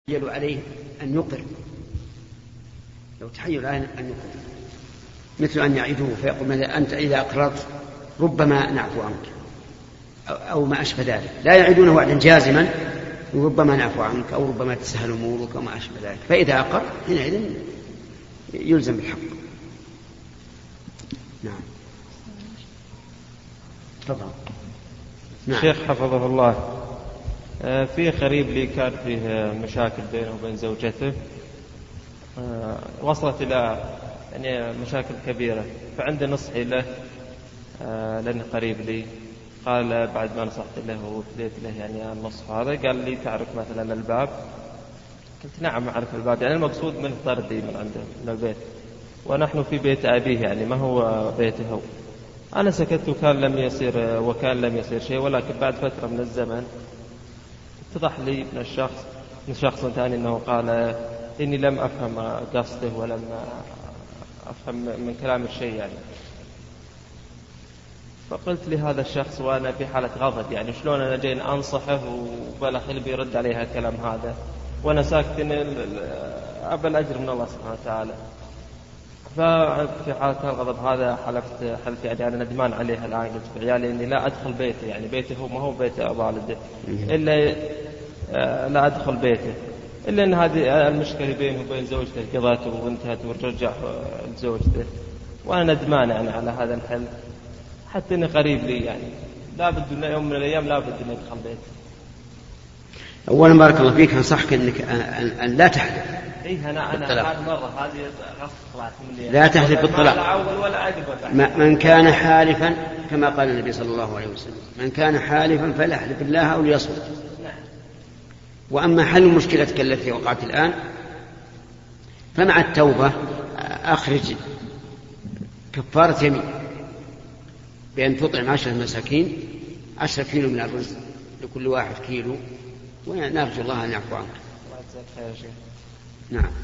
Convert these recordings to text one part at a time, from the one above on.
يتحيل عليه أن يقر، لو تحيل عليه أن يقر، مثل أن يعيده فيقول أنت إذا أقررت ربما نعفو عنك أو ما أشبه ذلك. لا يعيدونه وعدا جازما ربما نعفو عنك أو ربما تسهل أمورك وما أشبه ذلك، فإذا أقر حينئذ يلزم بالحق. نعم تفضل. نعم. شيخ حفظه الله، في قريب لي كان فيه مشاكل بينه وبين زوجته، وصلت إلى يعني مشاكل كبيرة، فعند نصحي له لأنه قريب لي، قال بعد ما نصحت له وابتديت له يعني النصح هذا، قال لي تعرف مثلا الباب؟ قلت نعم أعرف الباب، يعني المقصود من طردي من عنده من البيت، ونحن في بيت أبيه يعني ما هو بيته هو. أنا سكت وكان لم يصير شيء، ولكن بعد فترة من الزمن اتضح لي من شخص ثاني أنه قال إني لم أفهم قصده ولم أفهم من كلام الشيء يعني. فقلت لهذا الشخص وأنا في حالة غضب، يعني شلون أنا جاي أنصحه وبالأخير بيرد عليها الكلام هذا وأنا ساكت، أبى الأجر من الله سبحانه وتعالى. ففي حالة الغضب هذا حلفت يعني أنا ندمان عليها الآن، قلت بعيالي إني لا أدخل بيته، يعني بيته هو ما هو بيت والده، إلا لا أدخل بيته، إلا أن هذه المشكلة بينه وبين زوجته قضته وانتهت ورجع لزوجته، وأنا ندمان يعني على هذا الحل، حتى إني قريب لي يعني لا بد أن يوم من الأيام لا بد أن يدخل بيته. أولا بارك الله فيك، أنصحك أنك أن لا تحلف. إيه أنا هذه مرة هذه غصب طلعت مني، لا تحلف بالطلاق. من كان حالفا كما قال النبي صلى الله عليه وسلم، من كان حالفا فليحلف بالله أو ليصمت. وأما حل مشكلتك التي وقعت الآن فمع التوبة أخرج كفارة يمين بأن تطعم 10 مساكين 10 كيلو من الرز، لكل واحد كيلو، ونرجو الله أن يعفو عنك. نعم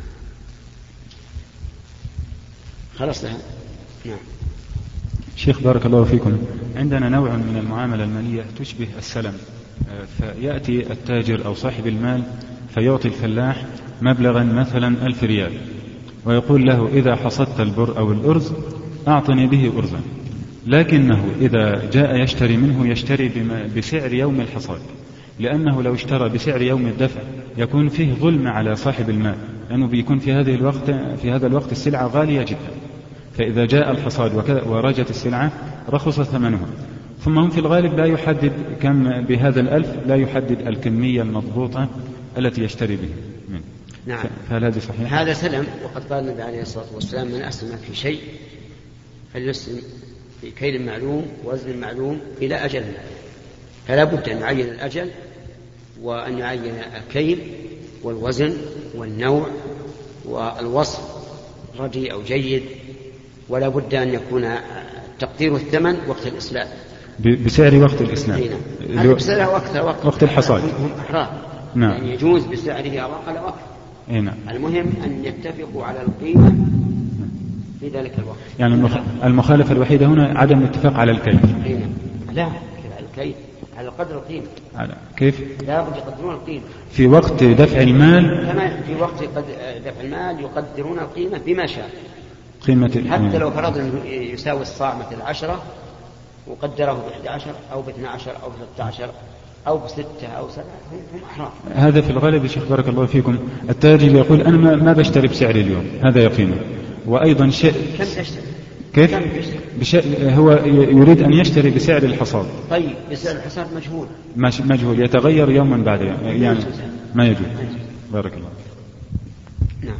خلص لها. نعم. شيخ بارك الله فيكم، عندنا نوع من المعاملة المالية تشبه السلم، فيأتي التاجر أو صاحب المال فيعطي الفلاح مبلغا مثلا 1000 ريال، ويقول له إذا حصدت البر أو الأرز أعطني به أرزا، لكنه إذا جاء يشتري منه يشتري بسعر يوم الحصاد، لأنه لو اشترى بسعر يوم الدفع يكون فيه ظلم على صاحب المال، لأنه بيكون في هذا الوقت السلعة غالية جدا، فإذا جاء الحصاد ورجت السلعة رخص ثمنها. ثم هم في الغالب لا يحدد كم بهذا 1000، لا يحدد الكمية المضبوطة التي يشتري به. نعم. فهل هذا صحيح؟ هذا سلم، وقد قال النبي عليه الصلاة والسلام من أسلم في شيء فليسلم في كيل معلوم وزن معلوم إلى أجل معلوم. فلا بد أن يعين الأجل وأن يعين الكيل والوزن والنوع والوصف رديء أو جيد، ولا بد أن يكون تقدير الثمن وقت الإسلام بسعر وقت الإسلام، هذا بسعره وقت الحصاد. هم أحرار. نعم. يعني يجوز بسعره أو أقل أو أكثر. نعم. المهم أن يتفقوا على القيمة في ذلك الوقت. يعني المخالفة الوحيدة هنا عدم الاتفاق على الكيف. لا، الكيف على قدر القيمة. كيف؟ لا بد يقدرون القيمة في وقت دفع المال. كما في وقت دفع المال يقدرون القيمة بما شاء. قيمة حتى لو فرضنا أنه يساوي الصاع مثل 10 وقدره ب11 أو ب12 أو ب13 أو ب6 أو 7، هم أحرار. هذا في الغالب يا شيخ بارك الله فيكم التاجر يقول أنا ما بشتري بسعر اليوم، هذا يقينه. وأيضا شيء كم تشتري؟ كيف؟ هو يريد أن يشتري بسعر الحصاد. طيب بسعر الحصاد مجهول يتغير يوما بعد يوم، يعني ما يجوز. بارك الله. نعم.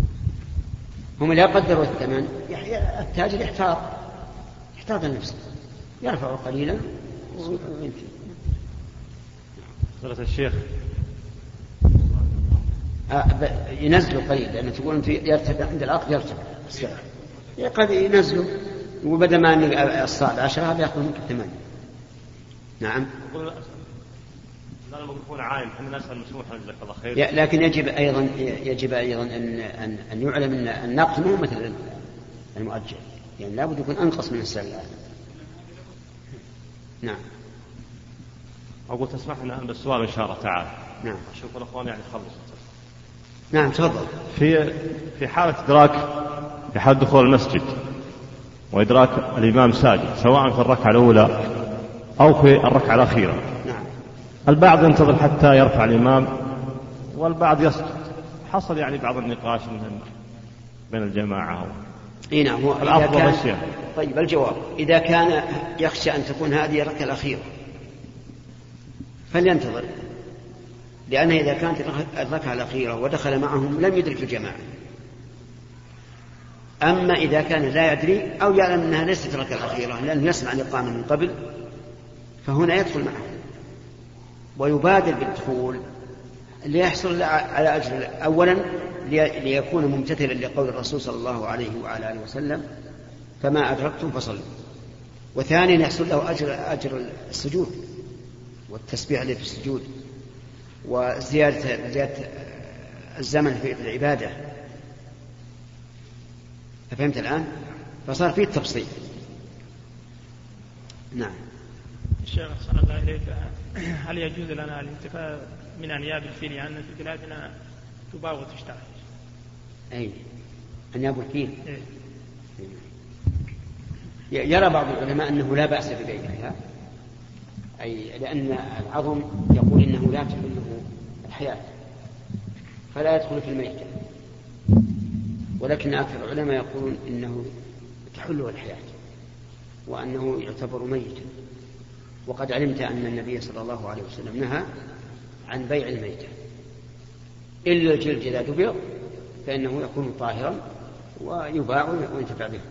هم لا يقدروا الثمن، التاجر يحتاط نفسه، يرفع قليلا ويمشي. فضيلة الشيخ ينزلوا قليل، لأنه تقول يرتفع عند العقد، يرتفع السعر، قد ينزلوا، وبدل ما أن الصاع 10 هذا يأخذ منك 8. نعم. لكن يجب أيضا أن يعلم أن النقد مو مثل المؤجل، يعني لا بد يكون أنقص من السعر الآن. نعم. أقول تسمح لنا بالسؤال إن شاء الله تعالى. نعم. أشوف الأخوان يعني خلصوا. نعم تفضل. في حالة إدراك في حال دخول المسجد وإدراك الإمام ساجد سواء في الركعة الأولى أو في الركعة الأخيرة، نعم. البعض ينتظر حتى يرفع الإمام والبعض يسجد. حصل يعني بعض النقاش بين الجماعة. نعم. هو الأفضل الشيء. طيب الجواب: إذا كان يخشى أن تكون هذه الركعة الأخيرة فلينتظر، لأن إذا كانت الركعة الأخيرة ودخل معهم لم يدرك الجماعة. أما إذا كان لا يدري أو يعلم أنها ليست الركعة الأخيرة لأنه يسمع الإقامة من قبل، فهنا يدخل معهم ويبادر بالدخول ليحصل على أجر. أولا ليكون ممتثلا لقول الرسول صلى الله عليه وعلى آله وسلم: فما أدركتم فصلوا. وثانيا يحصل له أجر السجود والتسبيح الذي في السجود وزيادة الزمن في العبادة. فهمت الآن؟ فصار فيه التفصيل. نعم. الشيخ صلى الله عليه وسلم، هل يجوز لنا الانتفاع من أنياب الفيل؟ لأن في بلادنا تباع وتشترى. أي أنياب الفيل. يرى بعض العلماء أنه لا بأس ببيعها، أي لأن العظم يقول إنه لا تحله الحياة فلا يدخل في الميتة، ولكن أكثر العلماء يقولون إنه تحله الحياة وأنه يعتبر ميتا. وقد علمت أن النبي صلى الله عليه وسلم نهى عن بيع الميتة إلا الجلد إذا دبر فإنه يكون طاهرا ويباع وينتفع به.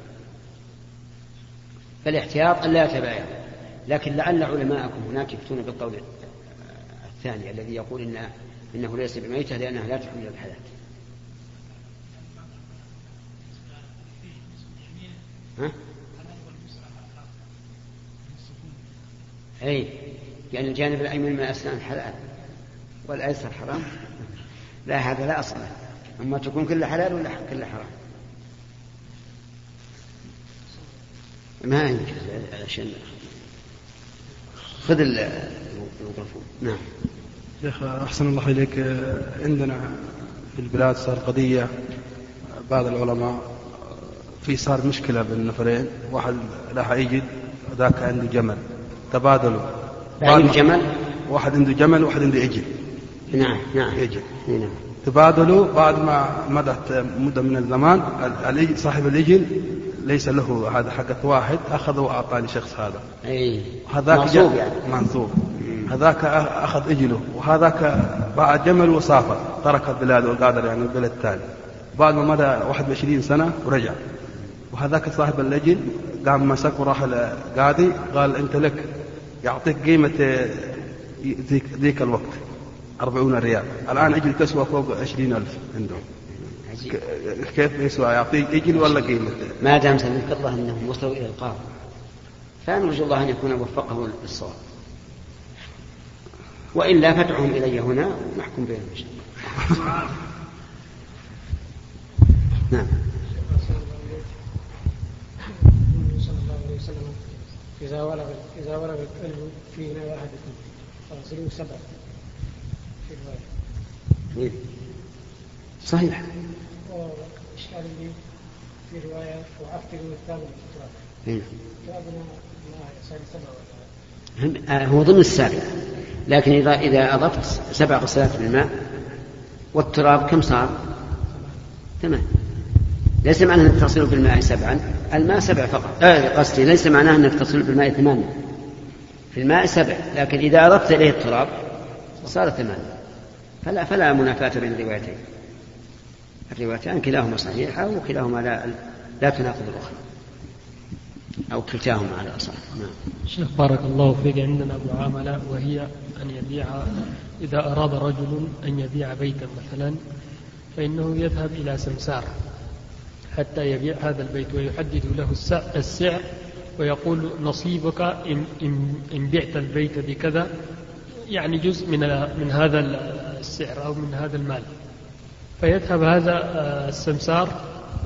فالاحتياط أن لا يتبايع. لكن لعل علماءكم هناك يفتون بالقول الثاني الذي يقول إنه ليس بميتة لأنها لا تحمل الحياة. أي يعني الجانب الأيمن من الأسنان حلال والأيسر حرام؟ لا، هذا لا أصل. أما تكون كل حلال ولا كل حرام؟ ما يمكن عشان خذ الميكروفون. نعم. شيخ أحسن الله إليك، عندنا في البلاد صار قضية بعض العلماء صار مشكلة بين النفرين، واحد راح يجد ذاك عنده جمل تبادلوا. جمل؟ واحد عنده جمل وواحد عنده إجل. نعم. إجل. نعم. تبادلوا بعد ما مدت مدة من الزمان صاحب الإجل ليس له هذا حقة واحد أخذه وأعطاني شخص هذا. هذاك منصوب يعني. منصوب. هذاك أخذ إجله وهذاك باع جمل وسافر ترك البلاد وقادر يعني البلد الثاني. بعد ما مدى 21 سنة ورجع، وهذاك صاحب الإجل قام مسك وراح القاضي قال أنت لك يعطيك قيمة ذيك الوقت 40 ريال. الآن إجل تسوى فوق 20,000 عندهم. كيف يسوى؟ يعطيك إجل ولا قيمة؟ ما دام سلمك الله أنهم وصلوا إلى القاضي فنرجو الله أن يكون وفقه للصواب، وإلا فدعهم إلي هنا ونحكم بينهم إن شاء الله. نعم. صلى الله عليه وسلم إذا ولغ الكلب في إناء أحدكم فاغسلوه 7 في الرواية. صحيح. وإشكال لي في رواية وعفتلوا الثامن في التراب. ترابنا ما يصير 7 ولا هو ضمن السابع، لكن إذا أضفت 7 غسلات من الماء والتراب كم صار؟ 8. ليس معناه أنك تصل بالماء 7، الماء 7 فقط. قصدي ليس معناه أنك تصل بالماء 8، في الماء 7، لكن إذا أضفت إليه التراب صار 8. فلا منافاة بين الروايتان كلاهما صحيحة وكلاهما لا تناقض الأخرى أو كلتاهما على الأصح. نعم. شيخ بارك الله فيك، عندنا معاملة وهي أن يبيع، إذا أراد رجل أن يبيع بيتا مثلا فإنه يذهب إلى سمسار حتى يبيع هذا البيت ويحدد له السعر ويقول نصيبك إن بعت البيت بكذا، يعني جزء من هذا السعر أو من هذا المال. فيذهب هذا السمسار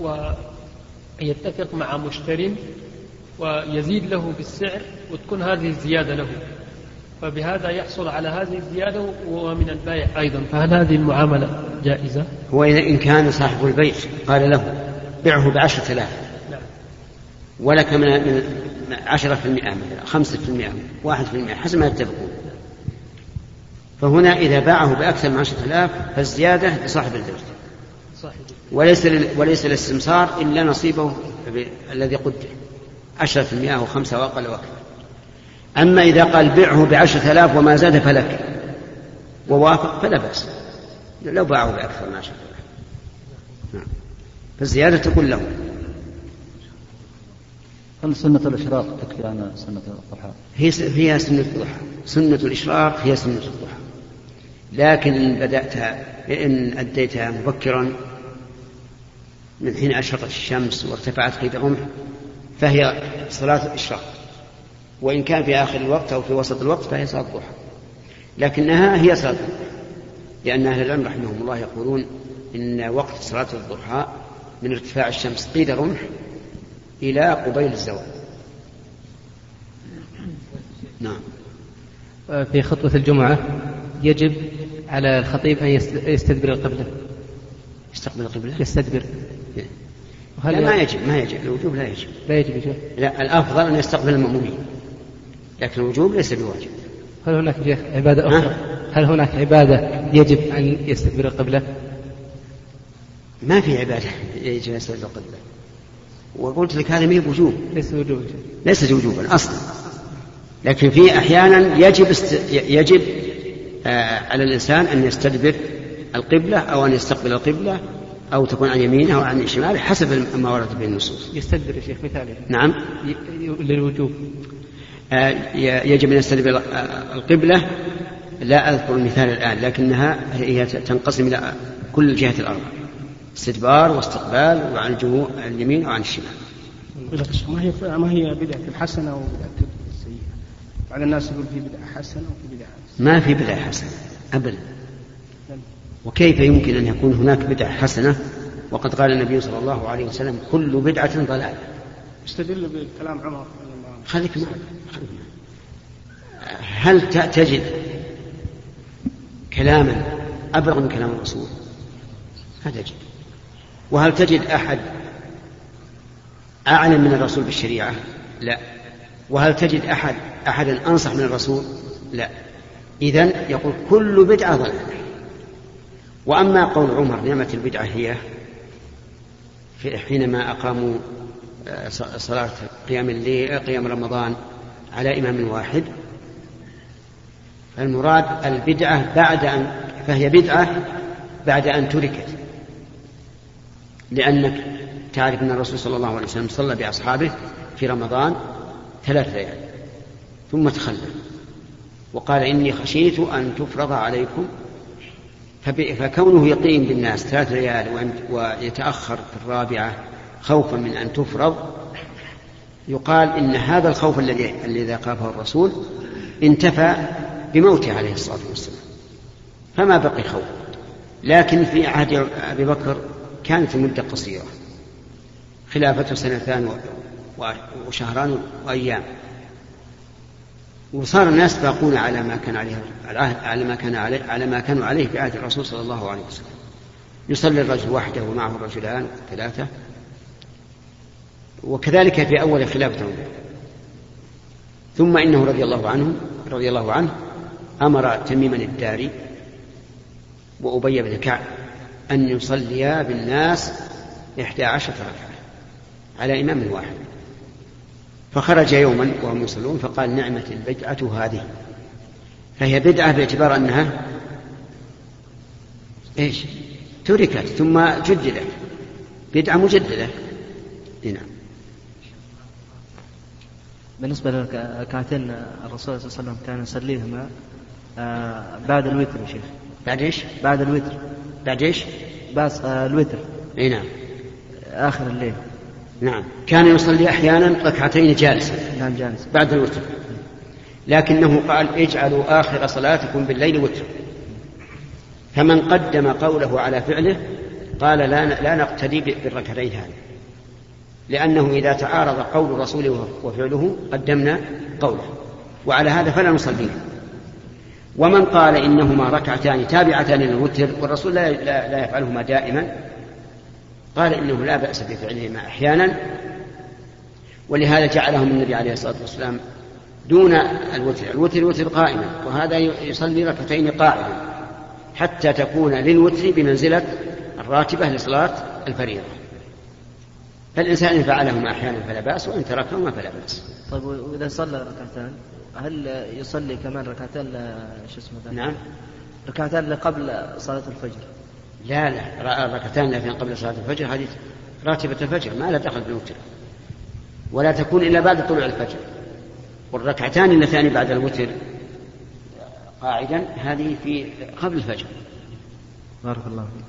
ويتفق مع مشتري ويزيد له بالسعر وتكون هذه الزيادة له. فبهذا يحصل على هذه الزيادة ومن البائع أيضا، فهل هذه المعاملة جائزة؟ هو إن كان صاحب البيت قال له بعه ب10,000 ولك من 10% 5% 1% حسب ما يتفقون، فهنا إذا باعه بأكثر من 10,000 فالزيادة لصاحب البيت وليس للسمسار إلا نصيبه الذي قدر 10% أو 5 وأقل وأكثر. أما إذا قال بعه ب10,000 وما زاد فلك ووافق فلا بأس لو باعه بأكثر من 10,000 فالزيادة تكون له. هل سنة الإشراق تكفي عن سنة الضحى؟ هي سنة الضحى، سنة الإشراق هي سنة الضحى، لكن إن أديتها مبكرا من حين أشرقت الشمس وارتفعت قيد الرمح فهي صلاة الإشراق، وإن كان في آخر الوقت أو في وسط الوقت فهي صلاة الضحى، لكنها هي صلاة الضحى، لأن أهل العلم رحمهم الله يقولون إن وقت صلاة الضحى من ارتفاع الشمس قيد الرمح إلى قبيل الزوال. نعم. في خطبة الجمعة يجب على الخطيب أن يستدبر القبلة. يستقبل القبلة؟ يستدبر. لا ما يجب الوجوب لا يجب. لا يجب يجب. لا الأفضل أن يستقبل المأمومين، لكن الوجوب ليس بواجب. هل هناك عبادة أخرى؟ هل هناك عبادة يجب أن يستدبر القبلة؟ ما في عبادة يجب أن يستدبر القبلة، وقلت لك هذا ما وجوب، ليس وجوبا أصلا، لكن في أحيانا يجب على الإنسان أن يستدبر القبلة أو أن يستقبل القبلة أو تكون عن يمينه أو عن شماله حسب ما ورد به النصوص. يستدبر يا شيخ مثال. نعم. للوجوب. يجب أن يستدبر القبلة، لا أذكر المثال الآن، لكنها هي تنقسم إلى كل الجهات الأربع: استدبار واستقبال وعن اليمين وعن الشمال. ما هي بدعة الحسنة وبدعة السيئة؟ بعض الناس يقول في بدعة حسنة وفي بدعة سيئة. ما في بدعة حسنة أبدا. وكيف يمكن أن يكون هناك بدعة حسنة وقد قال النبي صلى الله عليه وسلم كل بدعة ضلالة؟ استدل بكلام عمر. خليك معي. هل تجد كلاما أبلغ من كلام الرسول؟ هذا جد. وهل تجد أحد أعلم من الرسول بالشريعة؟ لا. وهل تجد أحدا أنصح من الرسول؟ لا. إذن يقول كل بدعة ضلالة. وأما قول عمر نعمة البدعة هي حينما أقاموا صلاة قيام رمضان على إمام واحد، المراد البدعة فهي بدعة بعد أن تركت، لأنك تعرف أن الرسول صلى الله عليه وسلم صلى بأصحابه في رمضان 3 ليال ثم تخلف وقال إني خشيت أن تفرض عليكم، فكونه يقيم بالناس 3 ليال ويتأخر في الرابعة خوفا من أن تفرض، يقال إن هذا الخوف الذي خافه الرسول انتفى بموته عليه الصلاة والسلام فما بقي خوف. لكن في عهد أبي بكر كانت المدة قصيرة، خلافته 2 وشهران وأيام، وصار الناس باقون على ما كانوا عليه في عهد الرسول صلى الله عليه وسلم. يصلي الرجل وحده ومعه الرجلان 3، وكذلك في أول خلافته. ثم إنه رضي الله عنه أمر تميما الداري وأبي بن كعب أن يصليا بالناس 11 ركعة على إمام واحد، فخرج يوما وهم يصلون فقال نعمة البدعة هذه، فهي بدعة باعتبار أنها تركت ثم جددت، بدعة مجددة. نعم. بالنسبة لركعتين الرسول صلى الله عليه وسلم كان يصليهما بعد الوتر يا شيخ. بعد إيش؟ بعد الوتر. بعد إيش؟ بعد الوتر. نعم. آخر الليل. نعم. كان يصلي أحيانا ركعتين جالسا. نعم جالس. بعد الوتر. لكنه قال اجعلوا آخر صلاتكم بالليل وتر، فمن قدم قوله على فعله قال لا نقتدي بالركعتين هذه، لأنه إذا تعارض قول رسوله وفعله قدمنا قوله، وعلى هذا فلا نصليه ومن قال إنهما ركعتان تابعتان للوتر والرسول لا يفعلهما دائما قال إنه لا بأس بفعلهما أحيانا، ولهذا جعلهم النبي عليه الصلاة والسلام دون الوتر وتر قائما، وهذا يصلي ركعتين قائما حتى تكون للوتر بمنزلة الراتبة لصلاة الفريضة. فالإنسان إن فعلهما أحيانا فلا بأس، وإن تركهما فلا بأس. طيب وإذا صلى ركعتان هل يصلي كمان ركعتان نعم، ركعتان قبل صلاة الفجر؟ لا ركعتان التي قبل صلاة الفجر هذه راتبة الفجر ما لا دخل بالوتر، ولا تكون إلا بعد طلوع الفجر. والركعتان اللتان بعد الوتر قاعدا هذه في قبل الفجر. بارك الله فيك.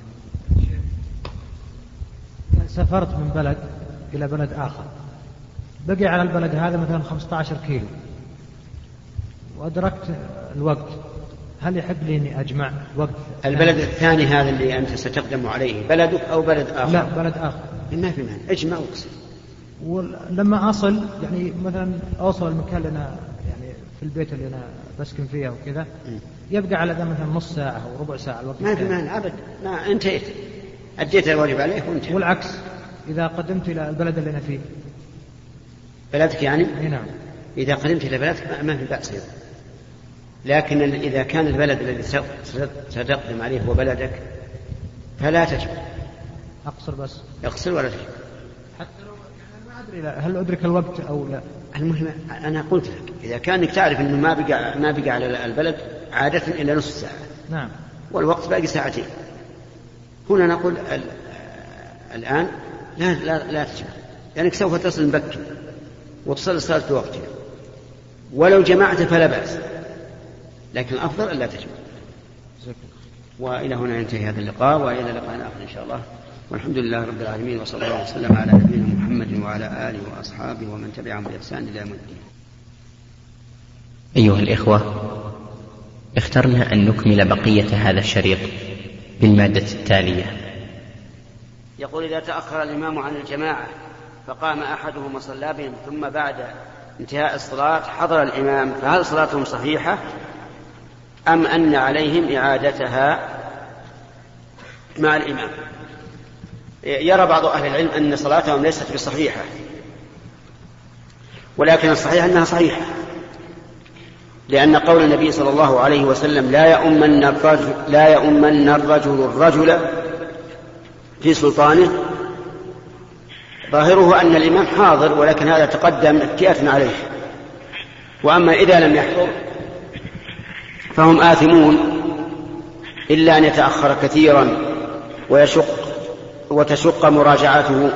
سافرت من بلد إلى بلد آخر، بقي على البلد هذا مثلا 15 كيلو وأدركت الوقت، هل يحق لي أني أجمع وقت؟ البلد الثاني هذا اللي أنت ستقدم عليه بلدك أو بلد آخر؟ لا بلد آخر. ما في مانع، اجمع وقصر. ولما أصل يعني مثلا أوصل المكان اللي أنا يعني في البيت اللي أنا بسكن فيه وكذا، يبقى على ذا مثلا نص ساعة أو ربع ساعة الوقت. ما في مانع أبد، ما انتهيت، أديت الواجب عليك وانتهيت. والعكس إذا قدمت إلى البلد اللي أنا فيه. بلدك يعني؟ نعم. إذا قدمت إلى بلدك ما في بأس، لكن إذا كان البلد الذي ستقدم عليه هو بلدك فلا تجب. أقصر بس. اقصر ولا تجب. حتى لو ما أدري هل أدرك الوقت أو لا. المهم أنا قلت لك إذا كانك تعرف إنه ما بقى على البلد عادة إلا نصف ساعة. نعم. والوقت باقي ساعتين. هنا نقول الآن لا تجب، لأنك سوف تصل مبكر وتصل صلاة في وقتها، ولو جمعت فلا بأس، لكن الأفضل ألا تجمع. وإلى هنا ينتهي هذا اللقاء، وإلى لقاء آخر إن شاء الله، والحمد لله رب العالمين، وصلى الله وسلم على نبينا محمد وعلى آله وأصحابه ومن تبعهم بإحسان إلى يوم الدين. أيها الإخوة، اخترنا أن نكمل بقية هذا الشريط بالمادة التالية. يقول: إذا تأخر الإمام عن الجماعة فقام أحدهم وصلى بهم ثم بعد انتهاء الصلاة حضر الإمام، فهل صلاتهم صحيحة أم أن عليهم إعادتها مع الإمام؟ يرى بعض أهل العلم أن صلاتهم ليست بصحيحة، ولكن الصحيح أنها صحيحة، لأن قول النبي صلى الله عليه وسلم: لا يؤمن الرجل في سلطانه، ظاهره أن الإمام حاضر، ولكن هذا تقدم اتياتا عليه. وأما إذا لم يحضر فهم آثمون، إلا أن يتأخر كثيرا وتشق مراجعته.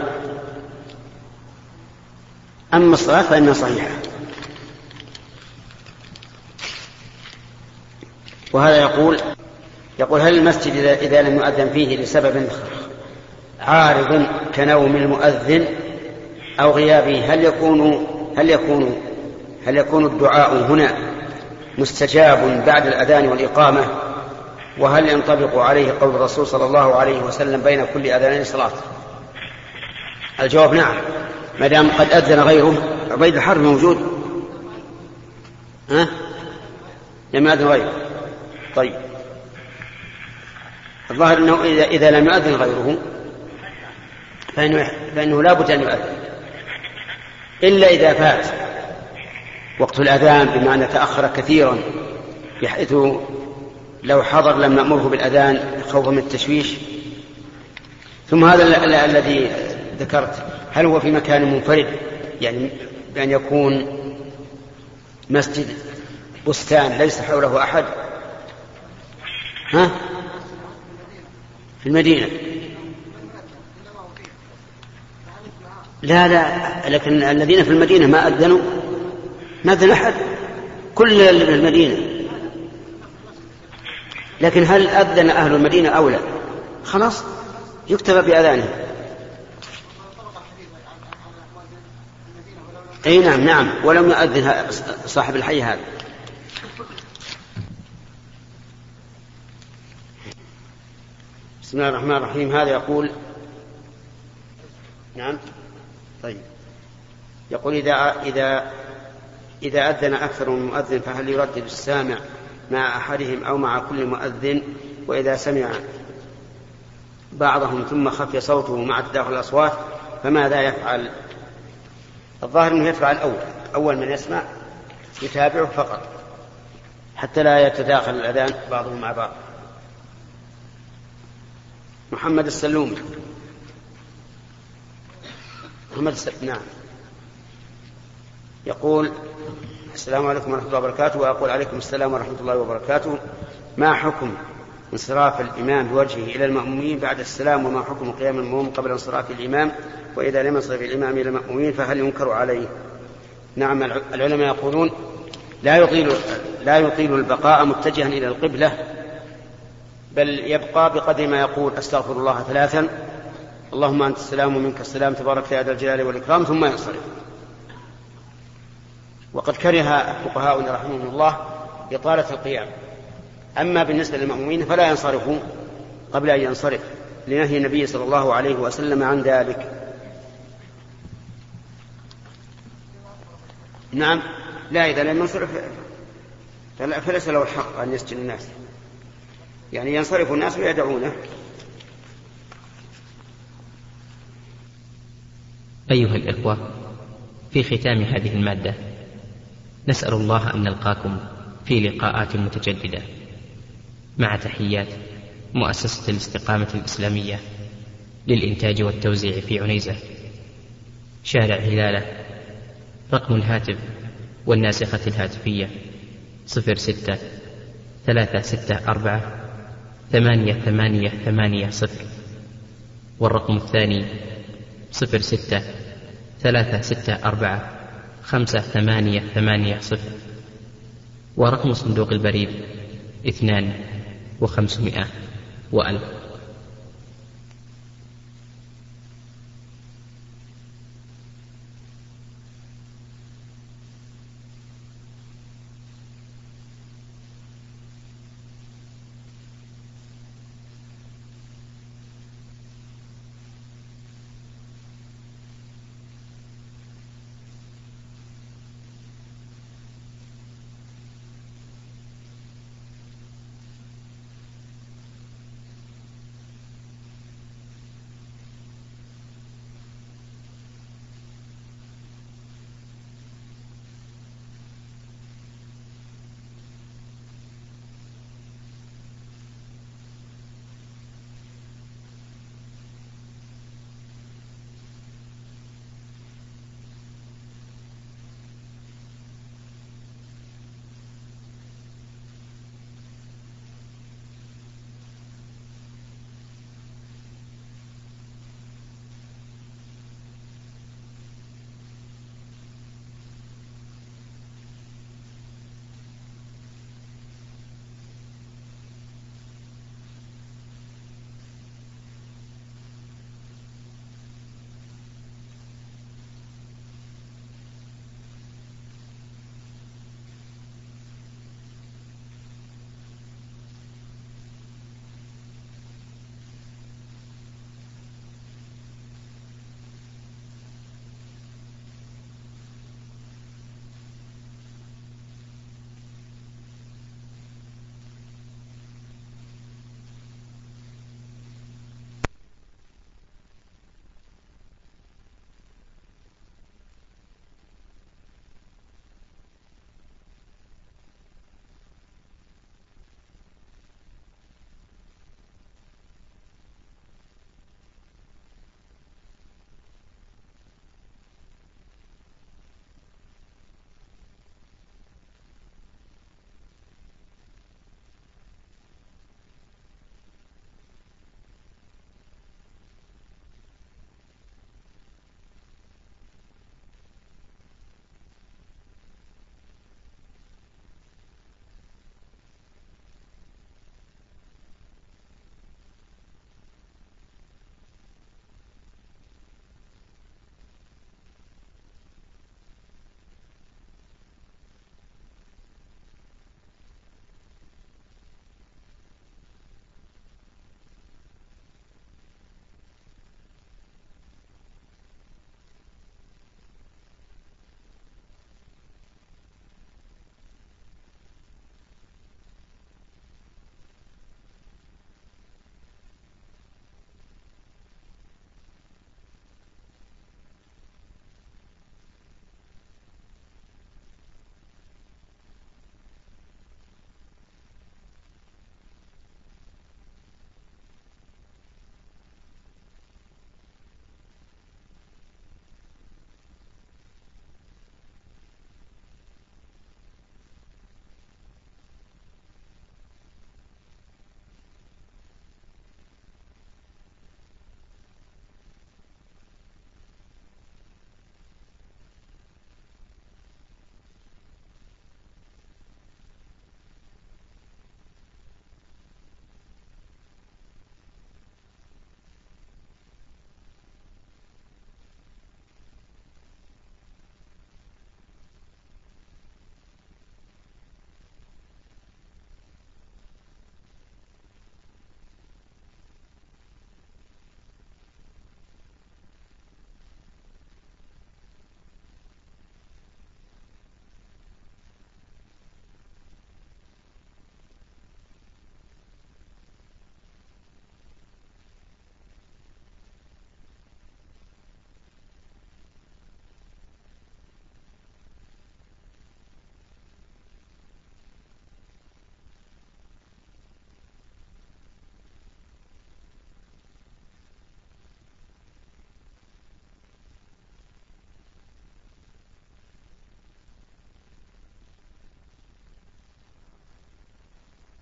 أما الصلاة فإنها صحيحة. وهذا يقول: هل المسجد إذا لم يؤذن فيه لسبب عارض كنوم المؤذن أو غيابه هل يكون الدعاء هنا مستجاب بعد الأذان والإقامة؟ وهل ينطبق عليه قول الرسول صلى الله عليه وسلم: بين كل أذانين صلاة؟ الجواب: نعم، ما دام قد أذن غيره. عبيد الحرب موجود؟ لم يأذن غيره. طيب، الظاهر أنه إذا لم يؤذن غيره فإنه لا بد أن يؤذن، إلا إذا فات وقت الأذان بمعنى تأخر كثيرا بحيث لو حضر لم نأمره بالأذان خوفا من التشويش. ثم هذا الذي ذكرت، هل هو في مكان منفرد، يعني بأن يكون مسجد بستان ليس حوله أحد؟ في المدينة؟ لا، لكن الذين في المدينة ما أذنوا، ما أذن أحد، كل اللي في المدينة. لكن هل أذن أهل المدينة أو لا؟ خلاص يكتب بأذانه. أي نعم، ولم يؤذن صاحب الحي هذا. بسم الله الرحمن الرحيم. هذا يقول: نعم، طيب، يقول: إذا أذن أكثر من مؤذن فهل يردد السامع مع أحدهم أو مع كل مؤذن، وإذا سمع بعضهم ثم خفي صوته مع تداخل الأصوات فماذا يفعل؟ الظاهر أنه يفعل أول من يسمع يتابعه فقط حتى لا يتداخل الأذان بعضهم مع بعض. محمد السلومي. نعم. يقول: السلام عليكم ورحمة الله وبركاته. وأقول: عليكم السلام ورحمة الله وبركاته. ما حكم انصراف الإمام بوجهه إلى المأمومين بعد السلام، وما حكم قيام المأموم قبل انصراف الإمام، وإذا لم ينصرف الإمام إلى المأمومين فهل ينكر عليه؟ نعم، العلماء يقولون لا يطيل البقاء متجها إلى القبلة، بل يبقى بقدر ما يقول أستغفر الله 3 اللهم أنت السلام ومنك السلام تبارك يا ذا الجلال والإكرام ثم ينصرف. وقد كره فقهاؤنا رحمهم الله إطالة القيام. أما بالنسبة للمأمومين فلا ينصرفوا قبل أن ينصرف لنهي النبي صلى الله عليه وسلم عن ذلك. نعم، لا، إذا لم ينصرف فليس له الحق أن يسجن الناس، يعني ينصرف الناس ويدعونه. أيها الإخوة، في ختام هذه المادة نسأل الله أن نلقاكم في لقاءات متجددة، مع تحيات مؤسسة الاستقامة الإسلامية للإنتاج والتوزيع في عنيزة، شارع هلالة. رقم الهاتف والناسخة الهاتفية 06-364-8880، والرقم الثاني 06-364-5880، ورقم صندوق البريد 2500 و1000.